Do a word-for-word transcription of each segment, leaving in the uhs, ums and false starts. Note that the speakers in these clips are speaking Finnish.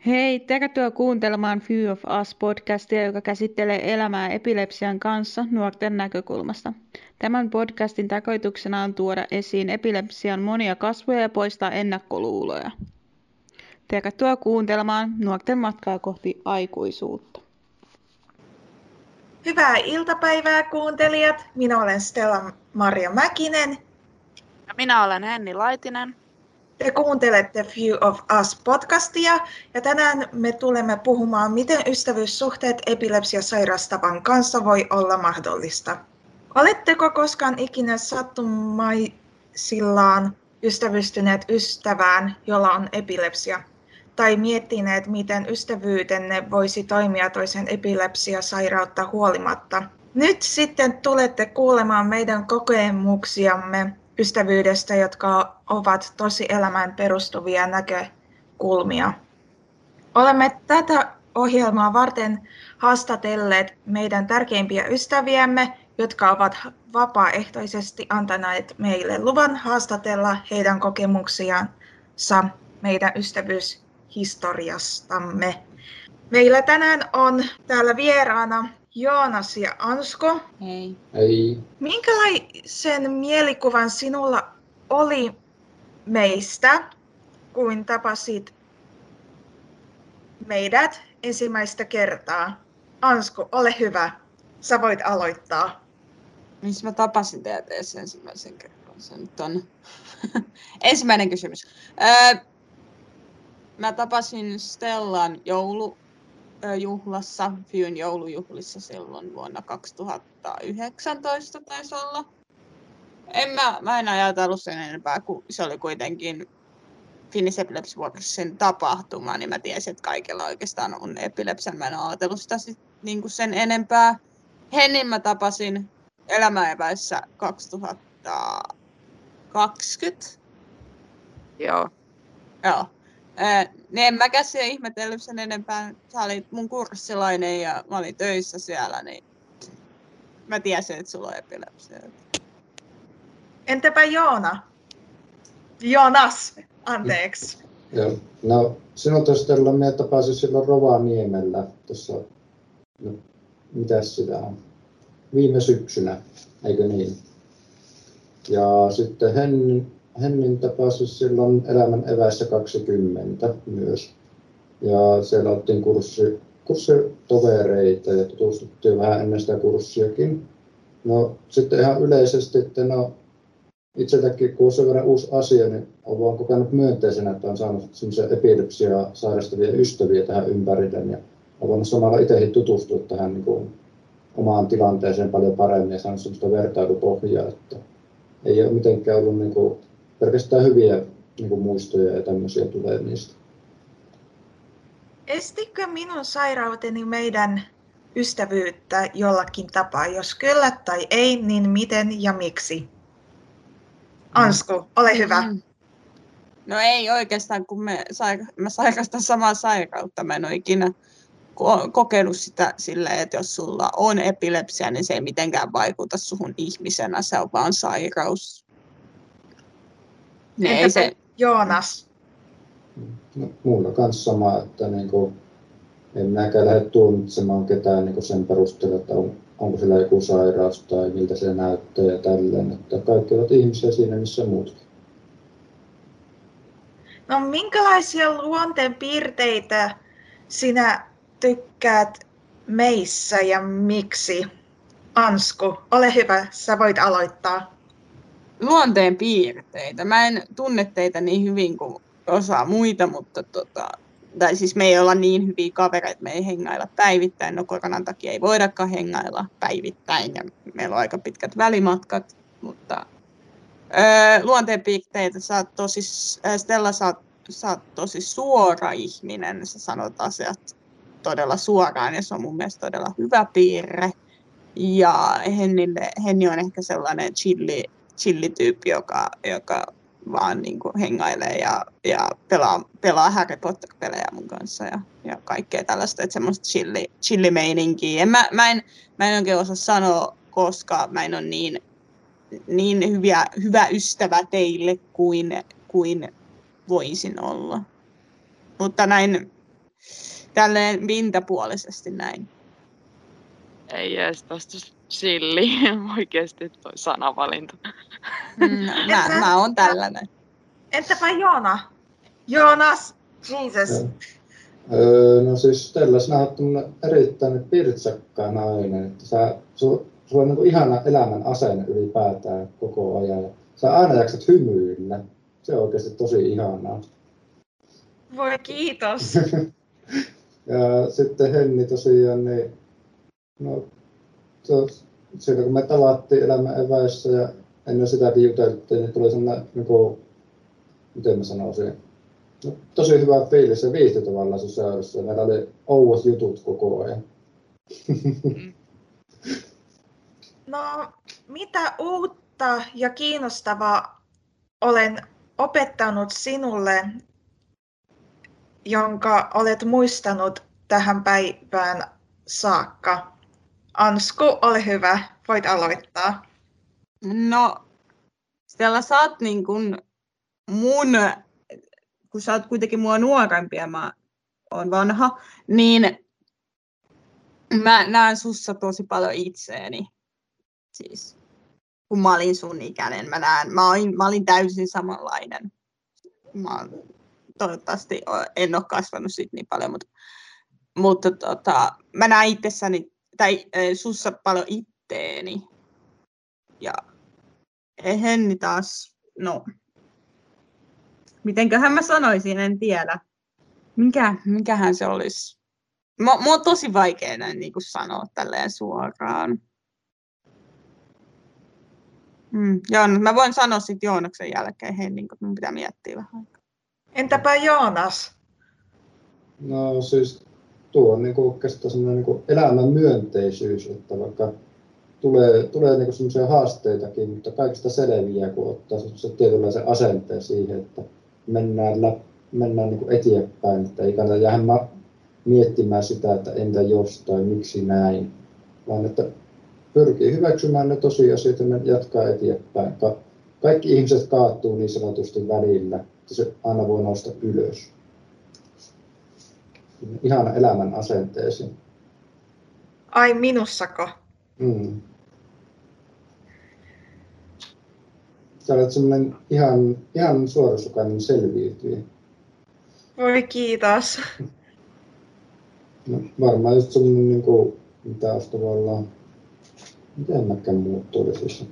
Hei, tervetuloa kuuntelemaan Few of Us-podcastia, joka käsittelee elämää epilepsian kanssa nuorten näkökulmasta. Tämän podcastin tarkoituksena on tuoda esiin epilepsian monia kasvoja ja poistaa ennakkoluuloja. Tervetuloa kuuntelemaan nuorten matkaa kohti aikuisuutta. Hyvää iltapäivää kuuntelijat. Minä olen Stella Maria Mäkinen. Ja minä olen Henni Laitinen. Te kuuntelette Few of Us-podcastia ja tänään me tulemme puhumaan, miten ystävyyssuhteet epilepsiasairastavan kanssa voi olla mahdollista. Oletteko koskaan ikinä sattumaisillaan ystävystyneet ystävään, jolla on epilepsia? Tai miettineet, miten ystävyytenne voisi toimia toisen epilepsiasairautta huolimatta? Nyt sitten tulette kuulemaan meidän kokemuksiamme ystävyydestä, jotka ovat tosi elämään perustuvia näkökulmia. Olemme tätä ohjelmaa varten haastatelleet meidän tärkeimpiä ystäviämme, jotka ovat vapaaehtoisesti antaneet meille luvan haastatella heidän kokemuksiansa meidän ystävyyshistoriastamme. Meillä tänään on täällä vieraana Joonas ja Ansko. Hei. Hei. Minkälaisen mielikuvan sinulla oli meistä, kun tapasit meidät ensimmäistä kertaa? Ansko, ole hyvä. Sä voit aloittaa. Missä mä tapasin teidät edes ensimmäisen kerran? Se nyt on ensimmäinen kysymys. Öö, mä tapasin Stellan joulujuhlassa, Fyn joulujuhlissa silloin vuonna kaksituhattayhdeksäntoista taisi olla. En mä, mä en ajatellut sen enempää, kun se oli kuitenkin Finnish Epilepsy Worksin tapahtuma, niin mä tiesin, että kaikilla oikeastaan on epilepsia. Mä en ajatellut sitä sit, niin kuin sen enempää. Hennin mä tapasin elämäeväissä kaksituhattakaksikymmentä. Joo. Joo. Äh, niin en mäkään siellä ihmetellyt sen enempää. Sä olit mun kurssilainen ja mä olin töissä siellä, niin mä tiesin, että sulla on epilepsia. Entäpä Joona? Joonas, anteeksi. Joo. No, sinut Stella, minä tapasin silloin Rovaniemellä tuossa, no, mitäs sitä on, viime syksynä, eikö niin? Ja sitten Hennin, Hennin tapasin silloin elämän eväissä kaksikymmentä myös. Ja siellä oltiin kurssi, kurssitovereita ja tutustuttiin vähän ennen sitä kurssiakin. No sitten ihan yleisesti, että no, itseltäkin kun on sen verran uusi asia, niin olen vaan kokenut myönteisenä, että olen saanut semmoisia epilepsiaa sairastavia ystäviä tähän ympärille. Ja olen voinut samalla itsekin tutustua tähän niin kuin omaan tilanteeseen paljon paremmin ja saanut semmoista vertailupohjaa, että ei ole mitenkään ollut niin kuin pelkästään hyviä niin kuin muistoja ja tämmöisiä tulee niistä. Estikö minun sairauteni meidän ystävyyttä jollakin tapaa? Jos kyllä tai ei, niin miten ja miksi? Ansku, ole hyvä. Mm. No ei oikeastaan, kun me saira- mä sairastan samaa sairautta. Mä en ole ikinä ko- kokenut sitä silleen, että jos sulla on epilepsia, niin se ei mitenkään vaikuta suhun ihmisenä. Se on vaan sairaus. Ne ei se... Joonas? No, mulla kanssa sama, että niin kuin, en minäkään lähde tuomitsemaan ketään niin kuin sen perusteella, että on, onko sillä joku sairaus tai miltä se näyttää ja tälleen. Että kaikki ovat ihmisiä siinä, missä muutkin. No minkälaisia luonteen piirteitä sinä tykkäät meissä ja miksi? Ansku, ole hyvä, sä voit aloittaa. Luonteen piirteitä. Mä en tunne teitä niin hyvin kuin osaa muita, mutta tota, tai siis me ei olla niin hyviä kavereita, me ei hengailla päivittäin. No koronan takia ei voidakaan hengailla päivittäin ja meillä on aika pitkät välimatkat, mutta öö, luonteen piirteitä, sä oot tosi, Stella, sä oot, sä oot tosi suora ihminen, sä sanot asiat todella suoraan ja se on mun mielestä todella hyvä piirre. Ja Hennille, Henni on ehkä sellainen chilli, chillityyppi, joka, joka vaan niin kuin hengailee ja, ja pelaa, pelaa Harry Potter-pelejä mun kanssa ja, ja kaikkea tällaista, että semmoista chilli, chillimeininkiä. En, mä, mä, en, mä en oikein osaa sanoa, koska mä en ole niin, niin hyviä, hyvä ystävä teille kuin, kuin voisin olla. Mutta näin tälleen pintapuolisesti näin. Ei edes tosta silli, oikeesti toi sanavalinta. Mm, mä, mä oon tällainen. Entäpä Joona? Joonas, Jesus. Öö, no siis Stella, sinä olet erittäin pirtsakka nainen. Että sä, su, sulla on niin kuin ihana elämän asenne ylipäätään koko ajan. Ja sä aina jaksat hymyillä. Se on oikeasti tosi ihanaa. Voi kiitos. Ja sitten Henni tosiaan, niin no, tos, siinä kun me tavattiin elämän eväissä ja ennen sitäkin juteltiin, niin tuli sellainen, niin kuin, miten mä sanoisin, no, tosi hyvä fiilis ja viihty tavallaan sun seurassa. Meillä oli ouot jutut koko ajan. No, mitä uutta ja kiinnostavaa olen opettanut sinulle, jonka olet muistanut tähän päivään saakka? Ansku, ole hyvä, voit aloittaa. No, Stella, sä oot niin kun mun, kun sä oot kuitenkin mua nuorempi ja mä oon vanha, niin mä näen sussa tosi paljon itseäni. Siis, kun mä olin sun ikäinen, mä, näen, mä, olin, mä olin täysin samanlainen. Mä oon, toivottavasti en ole kasvanut siitä niin paljon, mutta, mutta tota, mä näen itsessäni, tai sussa paljon itteeni. Ja Henni taas, no, mitenköhän mä sanoisin, en tiedä. Mikä, mikähän se olisi? Mä, mä on tosi vaikea näin niin kuin sanoa tälleen suoraan. Mm, Joona, mä voin sanoa sitten Joonaksen jälkeen Hennin, kun mun pitää miettiä vähän. Entäpä Joonas? No siis tuo on niin oikeastaan sellainen niin elämän myönteisyys, että vaikka tulee, tulee niin sellaisia haasteitakin, mutta kaikista selviää, kun ottaa se tietynlaisen asenteen siihen, että mennään, läp, mennään niin eteenpäin, että ei kannata jäädä miettimään sitä, että entä jos tai miksi näin, vaan että pyrkii hyväksymään ne tosiasiat ja jatkaa eteenpäin. Ka- kaikki ihmiset kaatuu niin sanotusti välillä, että se aina voi nousta ylös. Ihana elämän asenteesi. Ai minussako? Mm. Sä olet semmoinen ihan, ihan suorasukainen selviytyjä. Voi kiitos. No, varmaan just semmoinen, niin kuin, mitä olisi tavallaan, miten mäkään muuttuisi.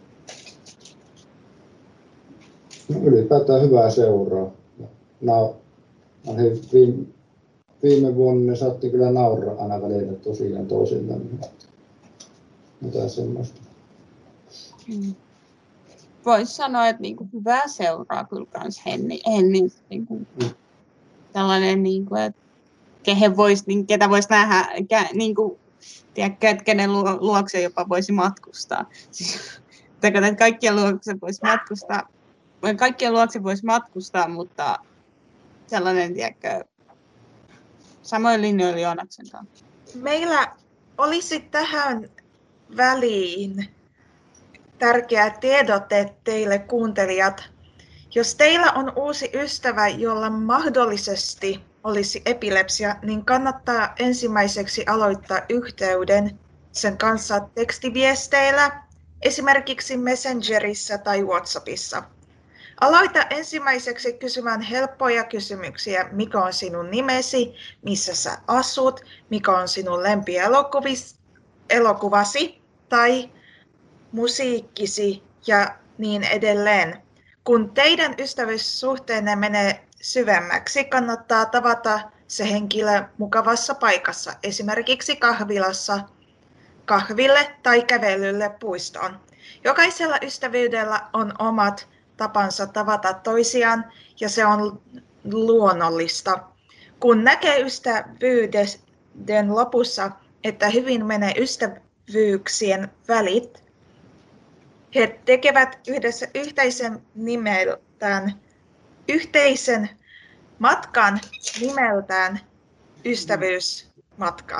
No, ylipäätään hyvää seuraa. No, viime, viime vuonna ne saatti kyllä nauraa aina välillä tosiaan toisille. Jotain semmoista. Mm. Voisi sanoa, että niinku hyvää seuraa kyllä kans Henni, Henni niinku, mm. tällainen, niinku, että kehen vois, niin, ketä voisi nähdä, kä, niinku, tiedätkö, että kenen luokse jopa voisi matkustaa. Siis, että kaikkien luokse voisi matkustaa, kaikkien luokse voisi matkustaa, mutta sellainen, tiedätkö, samoin linjoilla Joonaksen kanssa. Meillä olisi tähän väliin tärkeä tiedote teille kuuntelijat. Jos teillä on uusi ystävä, jolla mahdollisesti olisi epilepsia, niin kannattaa ensimmäiseksi aloittaa yhteyden sen kanssa tekstiviesteillä, esimerkiksi Messengerissä tai WhatsAppissa. Aloita ensimmäiseksi kysymään helppoja kysymyksiä, mikä on sinun nimesi, missä sä asut, mikä on sinun lempielokuvasi tai musiikkisi ja niin edelleen. Kun teidän ystävyyssuhteenne menee syvemmäksi, kannattaa tavata se henkilö mukavassa paikassa, esimerkiksi kahvilassa, kahville tai kävelylle puistoon. Jokaisella ystävyydellä on omat tapansa tavata toisiaan ja se on luonnollista. Kun näkee ystävyyden lopussa, että hyvin menee ystävyyksien välit, he tekevät yhdessä yhteisen nimeltään, yhteisen matkan nimeltään ystävyysmatka.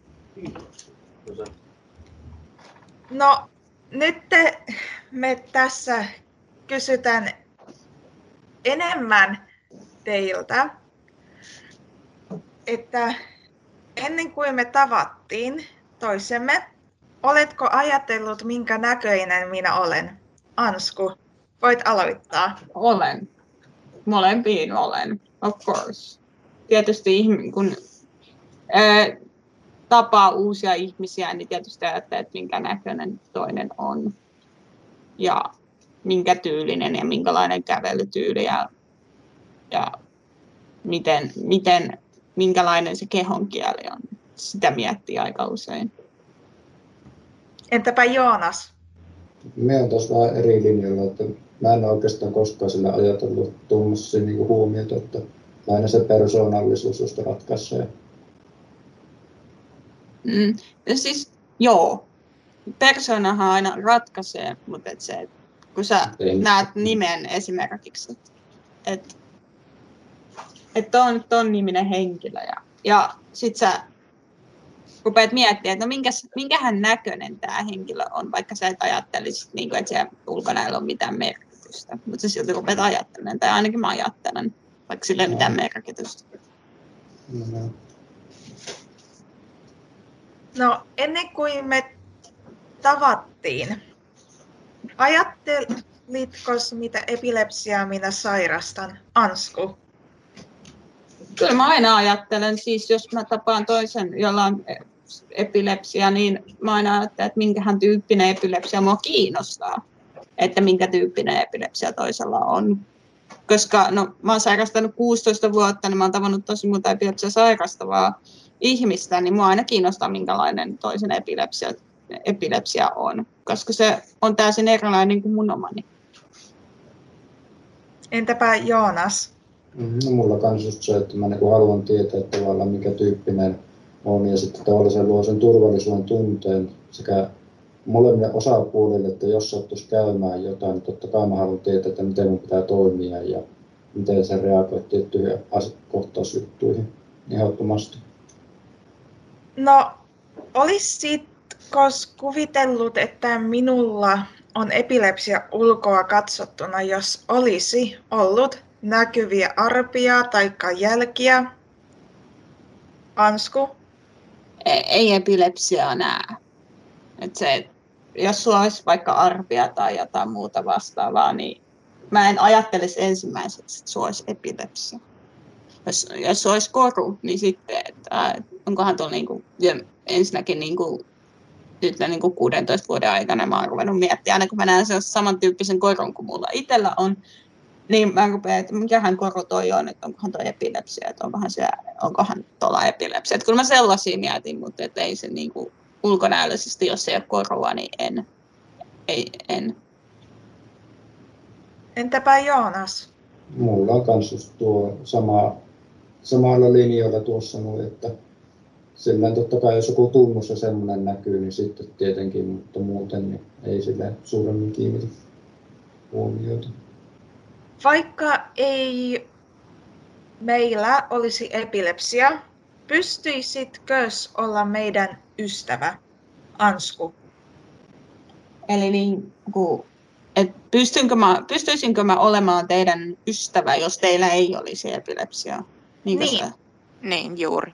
No, nyt me tässä kysytään enemmän teiltä. että ennen kuin me tavattiin toisemme, oletko ajatellut, minkä näköinen minä olen? Ansku, voit aloittaa. Olen. Molempiin olen, of course. Tietysti kun ää, tapaa uusia ihmisiä, niin tietysti ajattelee, että minkä näköinen toinen on. Ja minkä tyylinen ja minkälainen kävelytyyli ja, ja miten, miten, minkälainen se kehonkieli on. Sitä miettii aika usein. Entäpä Joonas? Me on tuossa vähän eri linjalla, että mä en ole oikeastaan koskaan sillä ajatellut tuommoisia niin huomioita, että aina se persoonallisuus, josta ratkaisee. Mm. Ja siis, joo, persoonahan aina ratkaisee, mutta et se, kun sä Ei. näet nimen esimerkiksi, että et, et on ton niminen henkilö ja, ja sit sä rupeat miettimään, että no minkäs, minkähän näköinen tämä henkilö on, vaikka sä et ajattelisi, niin kuin, että siellä ulkona ei ole mitään merkitystä, mutta sä silti rupeat ajattelemaan, tai ainakin mä ajattelen, vaikka sillä ei ole mitään merkitystä. No. No, ennen kuin me tavattiin, ajattelitko, mitä epilepsiaa minä sairastan? Ansku. Kyllä mä aina ajattelen, siis jos mä tapaan toisen, jolla on epilepsia, niin mä aina ajattelen, että minkähän tyyppinen epilepsia mua kiinnostaa, että minkä tyyppinen epilepsia toisella on. Koska no, mä oon sairastanut kuusitoista vuotta, niin mä oon tavannut tosi muuta epilepsia sairastavaa ihmistä, niin mua aina kiinnostaa, minkälainen toisen epilepsia, epilepsia on, koska se on täysin erilainen kuin mun omani. Entäpä Joonas? No, mulla kans just se, että mä niinku haluan tietää tavallaan mikä tyyppinen on ja sitten tavallaan se luo sen turvallisuuden tunteen sekä molemmille osapuolille, että jos sattuisi käymään jotain, niin totta kai mä haluan tietää, että miten mun pitää toimia ja miten se reagoi tiettyihin kohtausjuttuihin ehdottomasti. No, olisitko kuvitellut, että minulla on epilepsia ulkoa katsottuna, jos olisi ollut näkyviä arpia tai jälkiä? Ansku? Ei, ei epilepsiaa näe. Et se, jos sulla olisi vaikka arpia tai jotain muuta vastaavaa, niin mä en ajattelisi ensimmäiseksi, että sulla olisi epilepsia. Jos, jos se olisi koru, niin sitten, että onkohan tuolla niinku, ensinnäkin niinku, nyt niinku kuudentoista vuoden aikana mä oon ruvennut miettimään, aina kun mä näen sellaisen samantyyppisen korun kuin mulla itsellä on, niin mä rupean, että mikähän koru toi on, että onkohan toi epilepsia, että onkohan, siellä, onkohan tuolla epilepsia. Että kyllä mä sellaisia mietin, mutta et ei se niinku ulkonäöllisesti, jos ei ole korua, niin en. Ei, en. Entäpä Joonas? Mulla on kans just tuo sama, samalla linjoilla tuossa noin, että silleen totta kai jos joku tunnus ja semmoinen näkyy, niin sitten tietenkin, mutta muuten niin ei silleen suuremmin kiinnitä huomioita. Vaikka ei meillä olisi epilepsia, pystyisitkö olla meidän ystävä? Ansku. Eli niin kuin, et pystynkö mä, pystyisinkö mä olemaan teidän ystävä, jos teillä ei olisi epilepsiaa? Niinkö Niin. se? Niin, juuri.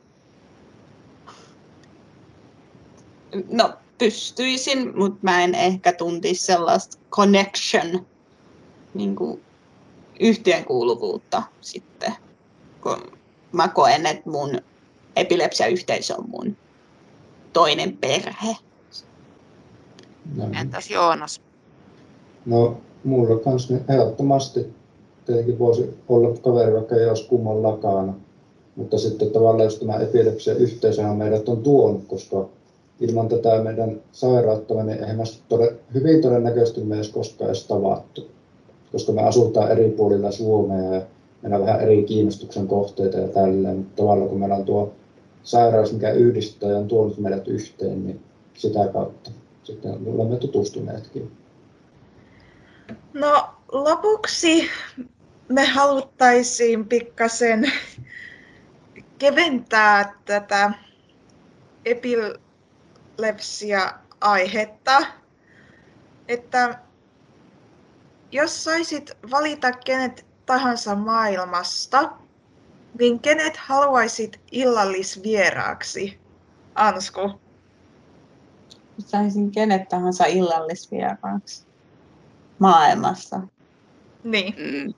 No pystyisin, mutta mä en ehkä tuntisi sellaista connection, niin kuin yhteenkuuluvuutta sitten, kun mä koen, että mun epilepsiayhteisö on mun toinen perhe. No, Entäs Joonas? no mulla kans niin ehdottomasti tietenkin voisi olla kaveri, vaikka ei olisi kummallakaan. Mutta sitten tavallaan jos tämä epilepsia yhteisöhän meidät on tuonut, koska ilman tätä meidän sairautta niin eihän me tode, hyvin todennäköisesti me edes koskaan edes tavattu. Koska me asutaan eri puolilla Suomea ja meillä on vähän eri kiinnostuksen kohteita ja tälleen. Mutta tavallaan kun meillä on tuo sairaus, mikä yhdistää ja on tuonut meidät yhteen, niin sitä kautta sitten olemme tutustuneetkin. No lopuksi me haluttaisiin pikkasen keventää tätä epilepsia-aihetta, että jos saisit valita kenet tahansa maailmasta niin kenet haluaisit illallisvieraaksi, Ansku? Saisin kenet tahansa illallisvieraaksi maailmassa. Niin. Mm.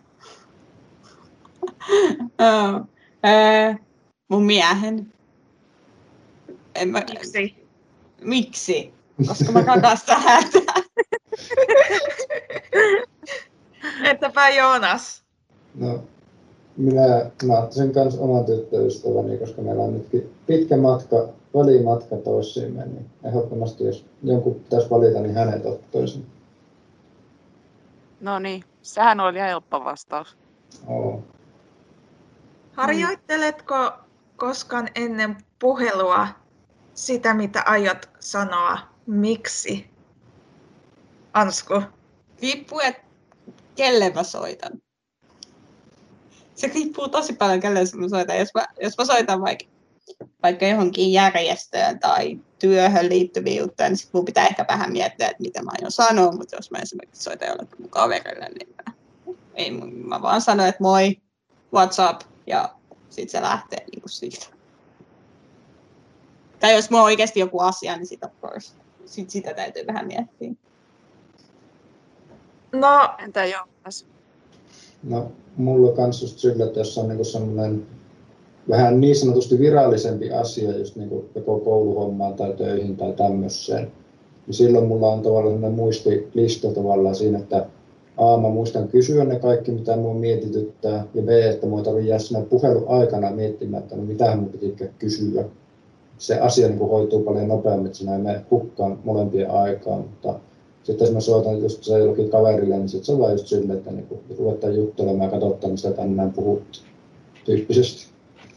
Oh, öö, mun miehen. En mä, Miksi? miksi? Koska mä rakastan häntä. Entäpä Joonas? No, minä naattaisin kanssa oman tyttöystäväni, koska meillä on nytkin pitkä matka, välimatka toisiimme, niin ehdottomasti jos jonkun pitäisi valita, niin hänet ottaisin. No niin, sehän oli ihan helppo vastaus. Oo. Harjoitteletko koskaan ennen puhelua sitä, mitä aiot sanoa? Miksi? Ansku. Riippuu, että kelle mä soitan. Se riippuu tosi paljon, kelle mä soitan. Jos mä, jos mä soitan vaikka, vaikka johonkin järjestöön tai työhön liittyviä juttuja, niin sit mun pitää ehkä vähän miettiä, että mitä mä aion sanoa. Mutta jos mä esimerkiksi soitan jollekin mun kaverille, niin mä, ei, mä vaan sanon, että moi, what's up, ja sit se lähtee niin kuin siitä. Tai jos mulla on oikeasti joku asia, niin sit of course. Sit sitä täytyy vähän miettiä. No, Entä Joonas? No, mulla on kans just sillä, että jos on niinku semmoinen vähän niin sanotusti virallisempi asia, just niinku joko kouluhommaan tai töihin tai tämmöiseen, niin silloin mulla on tavallaan semmoinen muistilista tavallaan siinä, että A, mä muistan kysyä ne kaikki, mitä mua mietityttää, ja B, että mua tarvii jää siinä puhelun aikana miettimään, että no mitähän mun pitikään kysyä. Se asia niin kuin hoituu paljon nopeammin, että siinä ei mene hukkaan molempien aikaan, mutta sitten jos mä soitan just se jollekin kaverille, niin sitten se on vaan just silleen, että niin ruvetaan juttelemaan ja katsotaan, mistä tänään puhut tyyppisesti.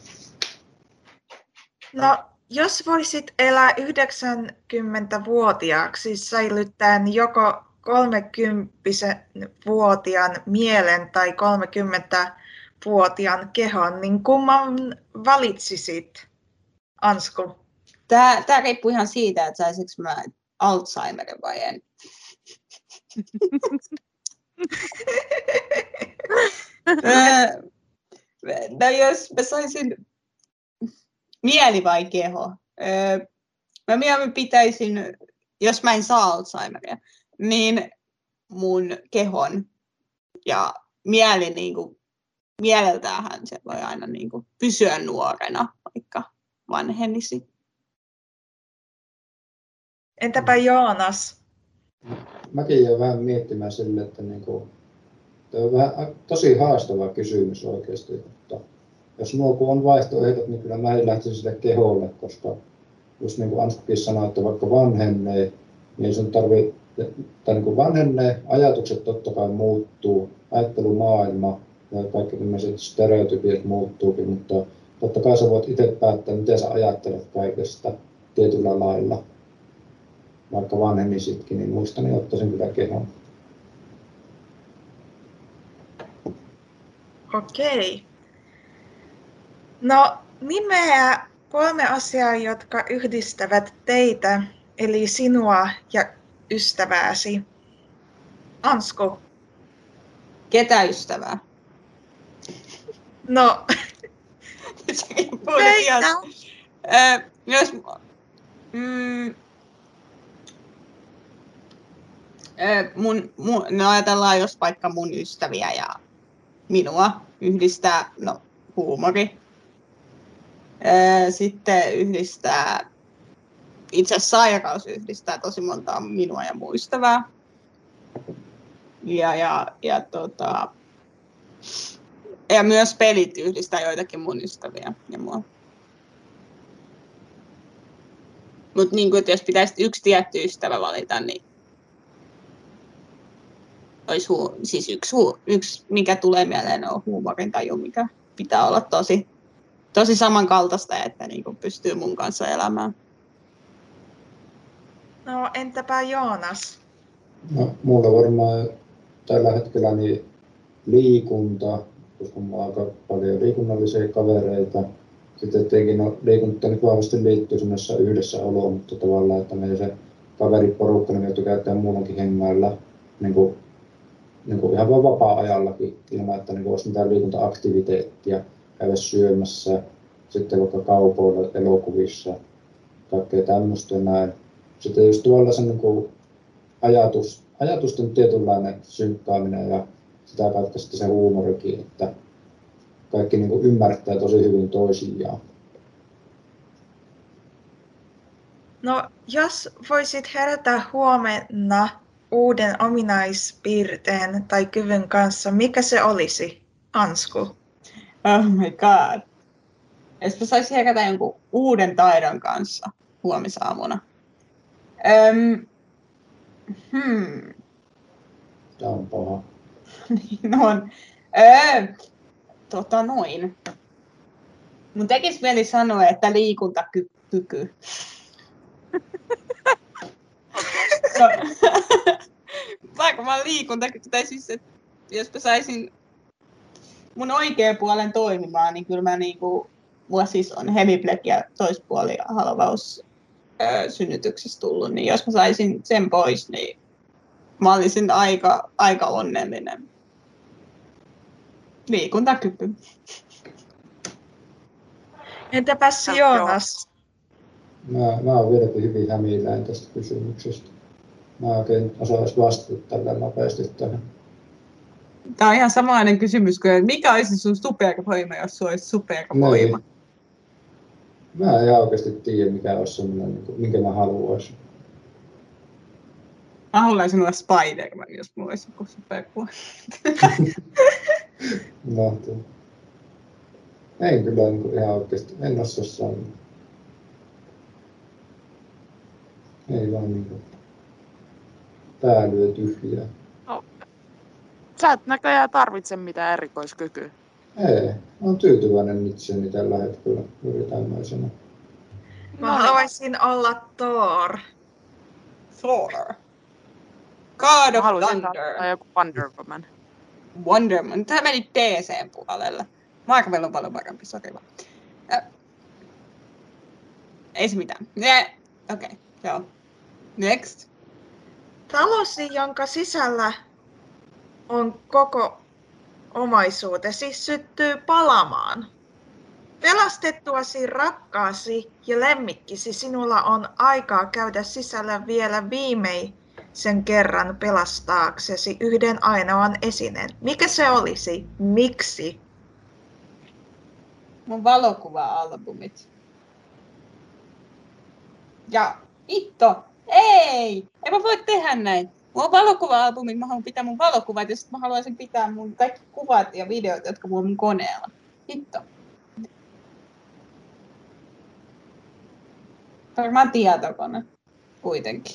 no, jos voisit elää yhdeksänkymmentävuotiaaksi säilyttäen joko kolmekymmentävuotiaan mielen tai kolmekymmentävuotiaan kehon, niin kumman valitsisit, Ansku? Tää, tää riippuu ihan siitä, että saisinko mä Alzheimerin vai en. Öö, no jos mä saisin mieli vai keho. Öö, mä mieluummin pitäisin, jos mä en saa Alzheimeria, niin mun kehon ja mieli niin kuin, mieleltäänhän se voi aina niin kuin, pysyä nuorena, vaikka vanhenisi. Entäpä Joonas? Mäkin jään vähän miettimään sille, että niinku, tämä on vähän tosi haastava kysymys oikeasti, mutta jos nuo kun on vaihtoehdot, niin kyllä mä lähtisin sille keholle, koska just niin kuin Anskukin sanoi, että vaikka vanhenee, niin sun tarvii, tai niin kuin vanhenee, ajatukset totta kai muuttuu, ajattelumaailma ja kaikki tämmöiset stereotypiat muuttuukin, mutta totta kai sä voit itse päättää, miten sä ajattelet kaikesta tietyllä lailla. Vaikka vanhenisitkin, niin muistan, niin ottaisin kyllä kehon. Okei. No, nimeä kolme asiaa, jotka yhdistävät teitä, eli sinua ja ystävääsi. Ansku. Ketä ystävää? No, Sekin puhut meitä. ihan. Öö, jos, mm, öö, mun, mun, no ajatellaan, jos vaikka mun ystäviä ja minua yhdistää, no huumori. Öö, sitten yhdistää, itse asiassa sairaus yhdistää tosi montaa minua ja mun ystävää. Ja, ja, ja, tota, ja myös pelit yhdistää joitakin mun ystäviä ja mua. Mutta niin jos pitäisi yksi tietty ystävä valita, niin olisi hu- siis yksi, hu- yksi, mikä tulee mieleen, on huumorintaju, mikä pitää olla tosi, tosi samankaltaista, että niin pystyy mun kanssa elämään. No, entäpä Joonas? No, mulla varmaan tällä hetkellä niin liikunta, koska mulla on aika paljon liikunnallisia kavereita. Sitten tietenkin no, liikunta nyt vahvasti liittyy semmoisessa yhdessä oloon, mutta tavallaan, että meidän se kaveriporukka niin joutuu käyttämään muullakin hengailla niin kuin, niin kuin ihan vaan vapaa-ajallakin ilman, että niin kuin olisi mitään liikunta-aktiviteettia. käydä syömässä, sitten vaikka kaupoilla, elokuvissa, kaikkea tämmöistä ja näin. Sitten just tuolla se niin kuin ajatus, ajatusten tietynlainen synkkaaminen ja sitä kautta sitten se huumorikin, että kaikki niin kuin ymmärtää tosi hyvin toisiaan. No, jos voisit herätä huomenna uuden ominaispiirteen tai kyvyn kanssa, mikä se olisi, Ansku? Oh my god. Jos mä saisin herätä jonkun uuden taidon kanssa huomisaamuna. Öm, hmm. Tämä on paha. Niin on. Öö, tota noin. Mun tekis mieli sanoa, että liikuntakyky. No, varmaan liikuntakyky. Tai siis, että jos mä saisin mun oikean puolen toimimaan, niin kyllä mä niinku, mulla siis on hemiplegia ja toispuoli halvaus öö, synnytyksessä tullut, niin jos mä saisin sen pois, niin mä olisin aika, aika onnellinen. Liikuntakyky. Entäpäs Joonas? Mä, mä oon vieläkin hyvin hämillään tästä kysymyksestä. Mä oikein osais vastata tällä nopeasti tähän. Tää on ihan samanlainen kysymys kuin, mikä olisi sun supervoima, jos sulla olisi supervoima? Niin. Mä en oikeasti tiedä, mikä olisi semmoinen, minkä mä haluaisin. Mä haluaisin olla Spider-Man, jos mulla olisi joku supervoima. No, tuo. En kyllä niin kuin ihan oikeasti, en osaa sanoa. Ei vaan niin kuin pää lyö tyhjää. No, sä et näköjään tarvitse mitään erikoiskykyä. Ei, olen tyytyväinen itseäni tällä hetkellä juuri tämmöisenä. Mä haluaisin olla Thor. Thor. God Mä of haluaisin Thunder. olla joku Wonder Woman. Wonder Woman. Tämä meni D C:n puolelle. Marvel on paljon parempi, sori vaan. Äh. Ei se mitään. Yeah. Okei, okay. Joo. Next. Talosi, jonka sisällä on koko omaisuutesi, syttyy palamaan. Pelastettuasi rakkaasi ja lemmikkisi sinulla on aikaa käydä sisällä vielä viimeisen kerran pelastaaksesi yhden ainoan esineen. Mikä se olisi? Miksi? Mun valokuva-albumit. Ja hitto! Ei! En mä voi tehdä näin. Mulla on valokuva-albumit, mä haluan pitää mun valokuvat ja sit mä haluaisin pitää mun kaikki kuvat ja videot, jotka mulla on mun koneella. Hitto. Varmaan tietokone. Kuitenkin.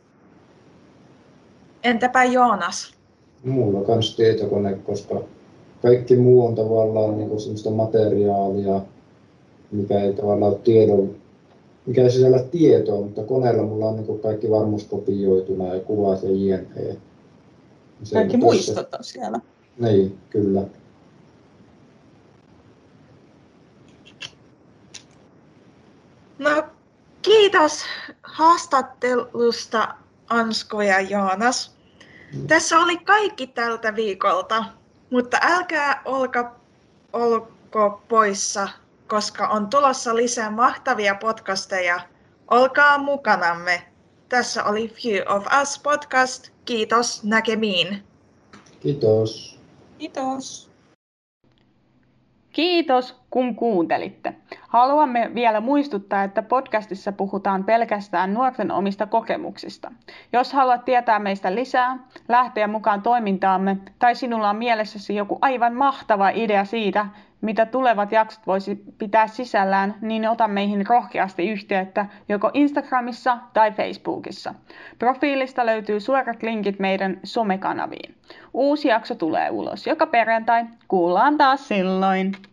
Entäpä Joonas? Mulla on kans tietokone, koska kaikki muu on tavallaan niin kuin sellaista materiaalia, mikä ei tavallaan ole tiedon, mikä ei sisällä tietoa, mutta koneella mulla on niin kuin kaikki varmuuskopioituna ja kuvat ja jne. Kaikki muistot on siellä. Niin, kyllä. No, kiitos haastattelusta Ansku ja Joonas. Mm. Tässä oli kaikki tältä viikolta, mutta älkää olko, olko poissa, koska on tulossa lisää mahtavia podcasteja. Olkaa mukanamme. Tässä oli Few of Us podcast. Kiitos, näkemiin. Kiitos. Kiitos. Kiitos, kun kuuntelitte. Haluamme vielä muistuttaa, että podcastissa puhutaan pelkästään nuorten omista kokemuksista. Jos haluat tietää meistä lisää, lähteä mukaan toimintaamme tai sinulla on mielessäsi joku aivan mahtava idea siitä, mitä tulevat jaksot voisi pitää sisällään, niin ota meihin rohkeasti yhteyttä joko Instagramissa tai Facebookissa. Profiilista löytyy suorat linkit meidän somekanaviin. Uusi jakso tulee ulos joka perjantai. Kuullaan taas silloin!